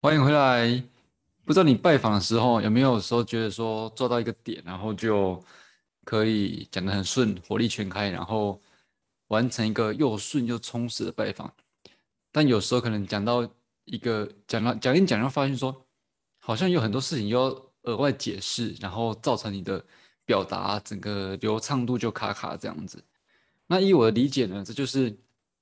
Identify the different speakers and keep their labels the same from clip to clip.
Speaker 1: 欢迎回来。不知道你拜访的时候有没有时候觉得说做到一个点，然后就可以讲得很顺，火力全开，然后完成一个又顺又充实的拜访。但有时候可能讲到一个讲一讲，然后发现说好像有很多事情又要额外解释，然后造成你的表达整个流畅度就卡卡这样子。那依我的理解呢，这就是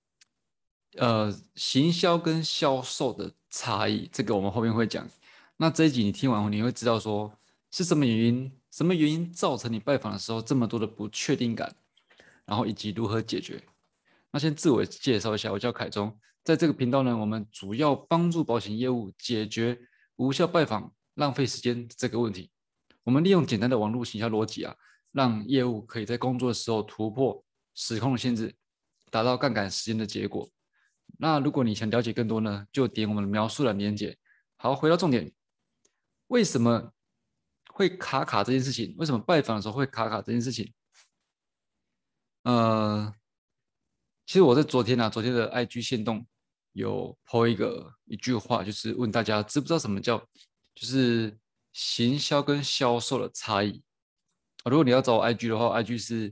Speaker 1: 行销跟销售的差异，这个我们后面会讲。那这一集你听完后，你会知道说是什么原因造成你拜访的时候这么多的不确定感，然后以及如何解决。那先自我介绍一下，我叫凯中，在这个频道呢，我们主要帮助保险业务解决无效拜访、浪费时间这个问题。我们利用简单的网络行销逻辑啊，让业务可以在工作的时候突破时空的限制，达到杠杆时间的结果。那如果你想了解更多呢，就点我们的描述栏连接。好，回到重点，为什么会卡卡这件事情？为什么拜访的时候会卡卡这件事情？呃，其实我在昨天的 IG 限动有 po 一句话，就是问大家知不知道什么叫就是行销跟销售的差异。如果你要找我 IG 的话，IG 是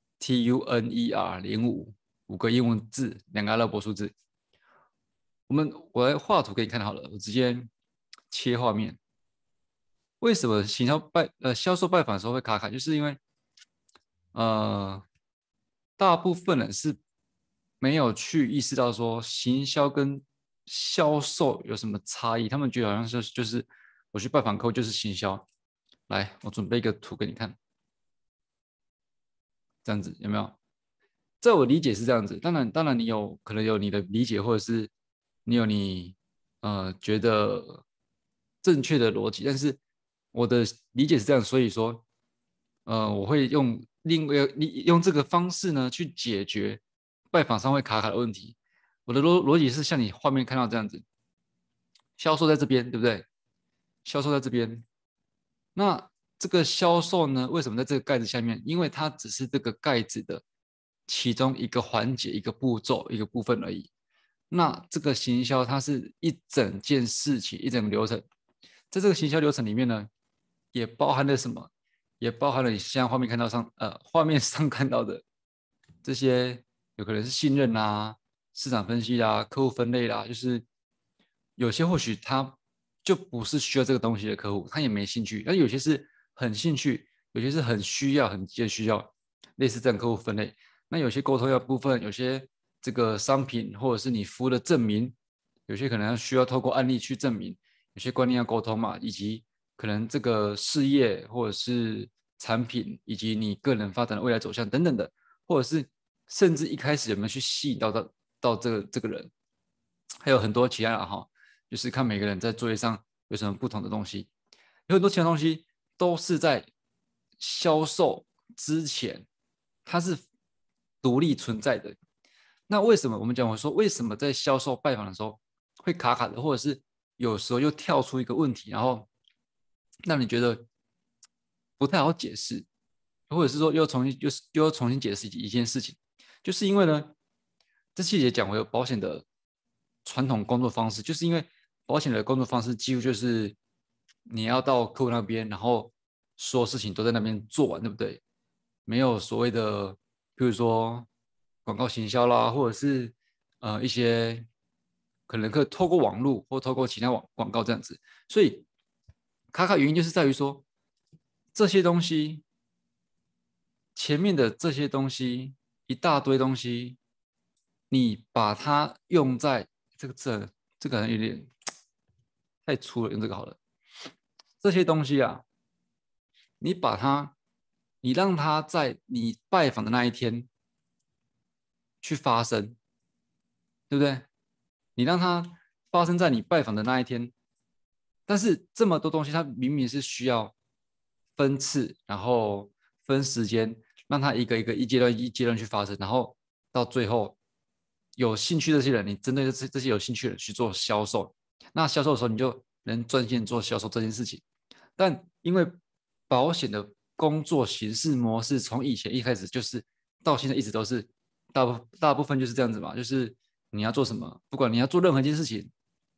Speaker 1: TUNER055个英文字，2个阿拉伯数字。我来画图给你看好了，我直接切画面。为什么销售拜访的时候会卡卡？就是因为呃，大部分人是没有去意识到说行销跟销售有什么差异，他们觉得好像就是我去拜访客户就是行销。来，我准备一个图给你看，这样子有没有？在我理解是这样子，当然你有可能有你的理解，或者是你有你觉得正确的逻辑，但是我的理解是这样，所以说我会用这个方式呢去解决拜访商会卡卡的问题。我的逻辑是像你画面看到这样子，销售在这边，对不对？销售在这边，那这个销售呢，为什么在这个盖子下面？因为它只是这个盖子的其中一个环节、一个步骤、一个部分而已。那这个行销它是一整件事情、一整个流程，在这个行销流程里面呢，也包含了什么？也包含了你现在画面上看到的这些，有可能是信任啊、市场分析啦、客户分类啦，就是有些或许他就不是需要这个东西的客户，他也没兴趣；但有些是很兴趣，有些是很需要、很急的需要，类似这样客户分类。那有些沟通要部分，有些这个商品或者是你服务的证明，有些可能需要透过案例去证明，有些观念要沟通嘛，以及可能这个事业或者是产品，以及你个人发展的未来走向等等的，或者是甚至一开始有没有去吸引到这个人，还有很多其他的哈，就是看每个人在作业上有什么不同的东西，有很多其他东西都是在销售之前它是独立存在的。那为什么我说为什么在销售拜访的时候会卡卡的，或者是有时候又跳出一个问题，然后让你觉得不太好解释，或者是说又要重新解释一件事情，就是因为呢，这细节讲回保险的传统工作方式，就是因为保险的工作方式几乎就是你要到客户那边，然后所有事情都在那边做完，对不对？没有所谓的，比如说广告行销啦，或者是一些可能可以透过网络或透过其他广告这样子，所以卡卡原因就是在于说这些东西前面的这些东西一大堆东西，你把它用在这个字，这个有点太粗了，用这个好了。这些东西啊，你把它，你让它在你拜访的那一天去发生，对不对？你让它发生在你拜访的那一天，但是这么多东西，它明明是需要分次，然后分时间，让它一个一个一阶段去发生，然后到最后有兴趣的这些人，你针对这些有兴趣的人去做销售，那销售的时候你就能专心做销售这件事情。但因为保险的工作形式模式从以前一开始就是到现在一直都是大部分就是这样子嘛，就是你要做什么，不管你要做任何一件事情，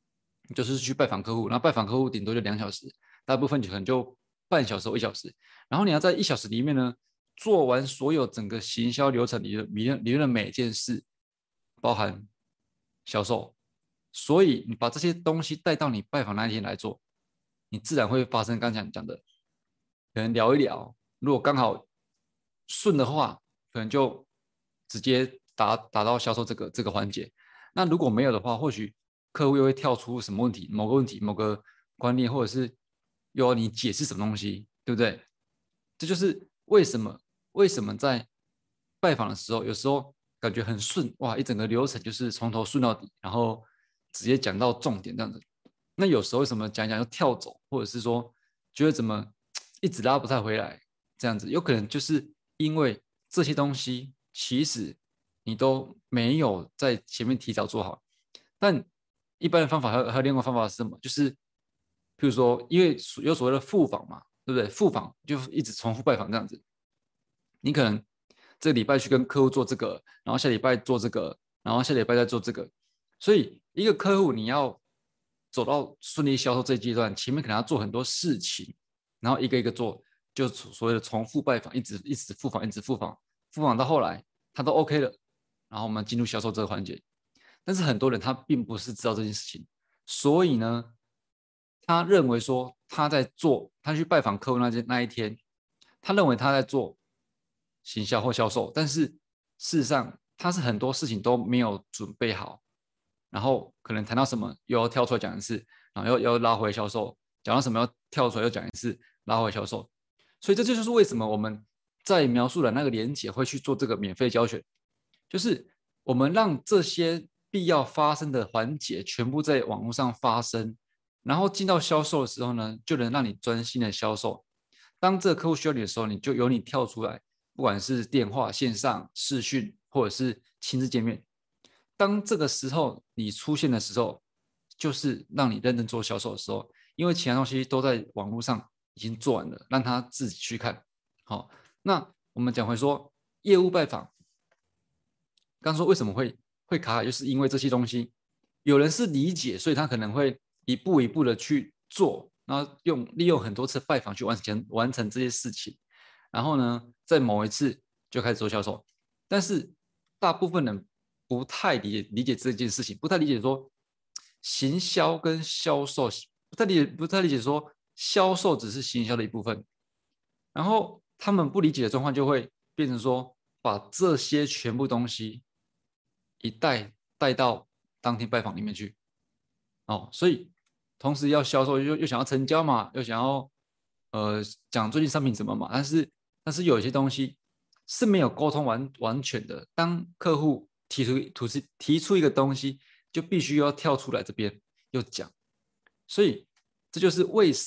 Speaker 1: 就是去拜访客户，然后拜访客户顶多就2小时，大部分可能就半小时或1小时，然后你要在1小时里面呢，做完所有整个行销流程里面的每件事，包含销售，所以你把这些东西带到你拜访那一天来做，你自然会发生刚才讲的，可能聊一聊，如果刚好顺的话，可能就直接达到销售这个环节。那如果没有的话，或许客户又会跳出什么问题、某个问题、某个观念，或者是又要你解释什么东西，对不对？这就是为什么在拜访的时候，有时候感觉很顺，哇，一整个流程就是从头顺到底，然后直接讲到重点这样子。那有时候为什么讲一讲又跳走，或者是说觉得怎么一直拉不太回来这样子，有可能就是因为这些东西其实你都没有在前面提早做好。但一般的方法还有另外方法是什么？就是譬如说，因为有所谓的复访嘛，对不对？复访就一直重复拜访这样子，你可能这个礼拜去跟客户做这个，然后下礼拜做这个，然后下礼拜再做这个。所以一个客户你要走到顺利销售这一阶段，前面可能要做很多事情，然后一个一个做，就所谓的重复拜访，一直复访，一直复访，复访到后来他都 OK 了，然后我们进入销售这个环节。但是很多人他并不是知道这件事情，所以呢，他认为说他在做，他去拜访客户那一天，他认为他在做行销或销售，但是事实上他是很多事情都没有准备好，然后可能谈到什么又要跳出来讲一次，然后又拉回销售，讲到什么要跳出来又讲一次，拉回销售，所以这就是为什么我们在描述的那个连结会去做这个免费教学，就是我们让这些必要发生的环节全部在网络上发生，然后进到销售的时候呢，就能让你专心的销售。当这个客户需要你的时候，你就由你跳出来，不管是电话、线上、视讯，或者是亲自见面。当这个时候你出现的时候，就是让你认真做销售的时候，因为其他东西都在网络上已经做完了，让他自己去看。好，那我们讲回说业务拜访，刚说为什么会卡，就是因为这些东西，有人是理解，所以他可能会一步一步的去做，然后利用很多次拜访去完成这些事情，然后呢，在某一次就开始做销售。但是大部分人不太理解这件事情，不太理解说行销跟销售，不太理解说销售只是行销的一部分，然后他们不理解的状况就会变成说，把这些全部东西一带到当天拜访里面去，哦，所以同时要销售又想要成交嘛，又想要讲最近商品怎么嘛，但是有一些东西是没有沟通完全的，当客户提出一个东西，就必须要跳出来这边又讲，所以这就是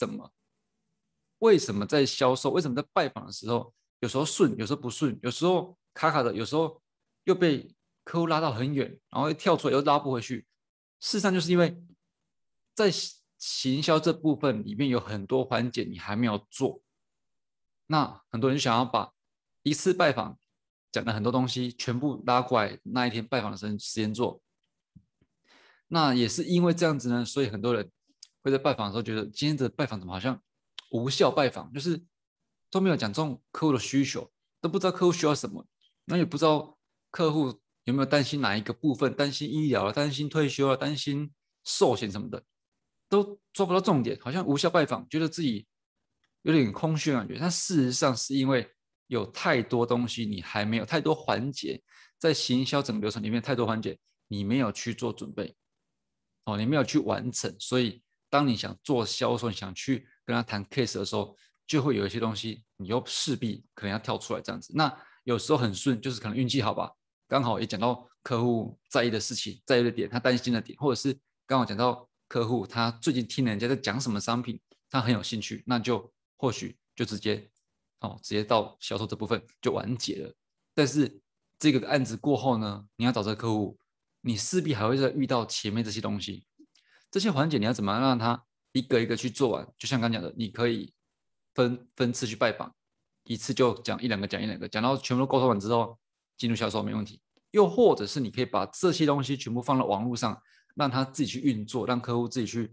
Speaker 1: 为什么在销售，为什么在拜访的时候，有时候顺，有时候不顺，有时候卡卡的，有时候又被客户拉到很远，然后又跳出来又拉不回去。事实上，就是因为在行销这部分里面有很多环节你还没有做，那很多人就想要把一次拜访讲的很多东西全部拉过来那一天拜访的时间做。那也是因为这样子呢，所以很多人会在拜访的时候觉得今天的拜访怎么好像无效拜访，就是都没有讲中客户的需求，都不知道客户需要什么，那也不知道客户有没有担心哪一个部分，担心医疗了，担心退休了，担心寿险什么的，都抓不到重点，好像无效拜访，觉得自己有点空虚的感觉。但事实上是因为有太多东西你还没有，太多环节在行销整个流程里面太多环节你没有去做准备，哦，你没有去完成，所以当你想做销售，你想去跟他谈 case 的时候，就会有一些东西你又势必可能要跳出来这样子。那有时候很顺，就是可能运气好吧，刚好也讲到客户在意的事情、在意的点，他担心的点，或者是刚好讲到客户他最近听人家在讲什么商品，他很有兴趣，那就或许就直接到销售这部分就完结了。但是这个案子过后呢，你要找这个客户，你势必还会再遇到前面这些东西，这些环节你要怎么让他一个一个去做完？就像刚讲的，你可以分次去拜访，一次就讲一两个，讲到全部都沟通完之后，进入销售没问题。又或者是你可以把这些东西全部放到网络上，让他自己去运作，让客户自己去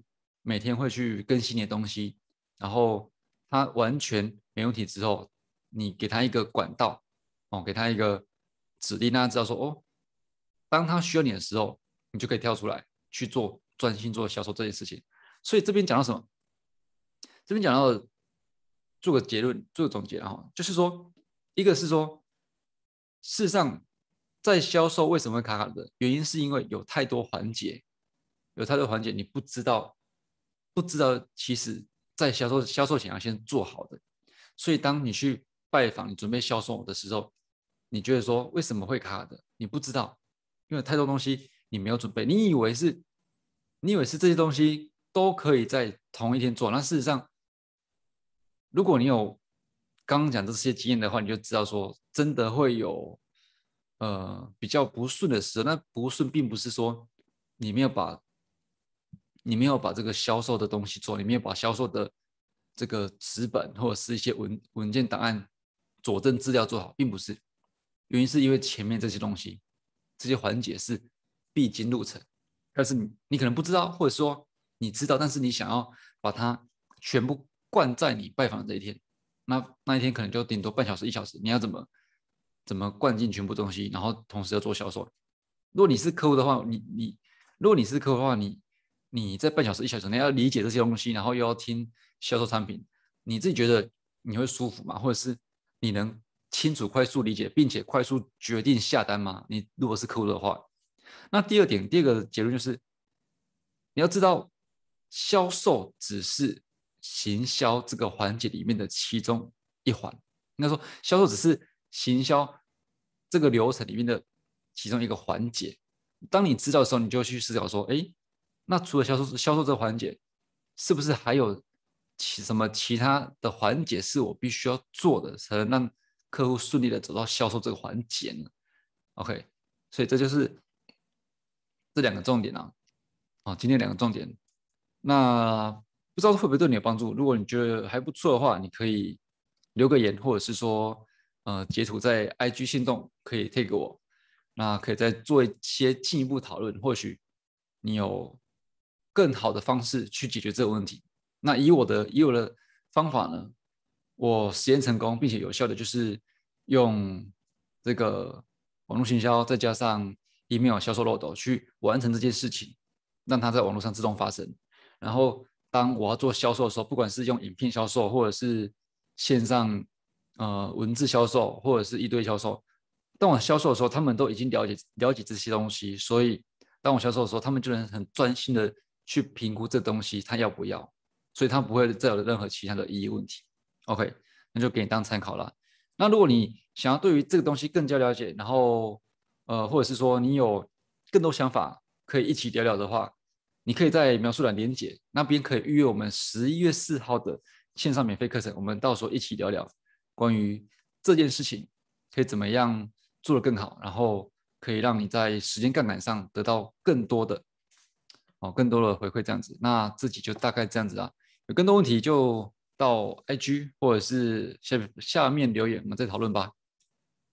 Speaker 1: 每天会去更新你的东西，然后他完全没问题之后，你给他一个管道，给他一个指令，让他知道说，当他需要你的时候，你就可以跳出来去做专心做销售这件事情。所以这边讲到什么？这边讲到做个结论，做个总结啊，就是说，一个是说，事实上在销售为什么会卡卡的原因，是因为有太多环节，你不知道，其实在销售前要先做好的。所以当你去拜访你准备销售的时候，你觉得说为什么会卡的？你不知道，因为太多东西你没有准备，你以为是这些东西都可以在同一天做，那事实上，如果你有刚刚讲这些经验的话，你就知道说真的会有比较不顺的时候。那不顺并不是说你没有把你没有把这个销售的东西做，你没有把销售的这个纸本或者是一些文件档案佐证资料做好，并不是。原因是因为前面这些东西，这些环节是必经路程，但是你可能不知道，或者说你知道，但是你想要把它全部灌在你拜访的这一天，那一天可能就顶多半小时1小时，你要怎么灌进全部东西，然后同时要做销售。如果你是客户的话，如果你是客户的话，你在半小时1小时内要理解这些东西，然后又要听销售产品，你自己觉得你会舒服吗？或者是你能清楚、快速理解，并且快速决定下单吗？你如果是客户的话，那第二个结论就是，你要知道，销售只是行销这个环节里面的其中一环。应该说，销售只是行销这个流程里面的其中一个环节。当你知道的时候，你就去思考说，哎，那除了销售这个环节，是不是还有什么其他的环节是我必须要做的，才能让客户顺利的走到销售这个环节呢？OK，所以这就是这两个重点啊。今天两个重点，那不知道会不会对你有帮助？如果你觉得还不错的话，你可以留个言，或者是说，截图在 IG 限动可以 take 我，那可以再做一些进一步讨论，或许你有更好的方式去解决这个问题。那以我的方法呢，我实验成功并且有效的就是用这个网络行销再加上 email 销售漏斗去完成这件事情，让它在网络上自动发生。然后当我要做销售的时候，不管是用影片销售，或者是线上文字销售，或者是一对销售，当我销售的时候，他们都已经了解这些东西，所以当我销售的时候，他们就能很专心的去评估这东西他要不要，所以他不会再有任何其他的异议问题。OK，那就给你当参考了。那如果你想要对于这个东西更加了解，然后或者是说你有更多想法可以一起聊聊的话，你可以在描述栏连结那边可以预约我们11月4号的线上免费课程，我们到时候一起聊聊关于这件事情可以怎么样做得更好，然后可以让你在时间杠杆上得到更多的回馈这样子。那自己就大概这样子啊，有更多问题就到 IG 或者是下面留言，我们再讨论吧。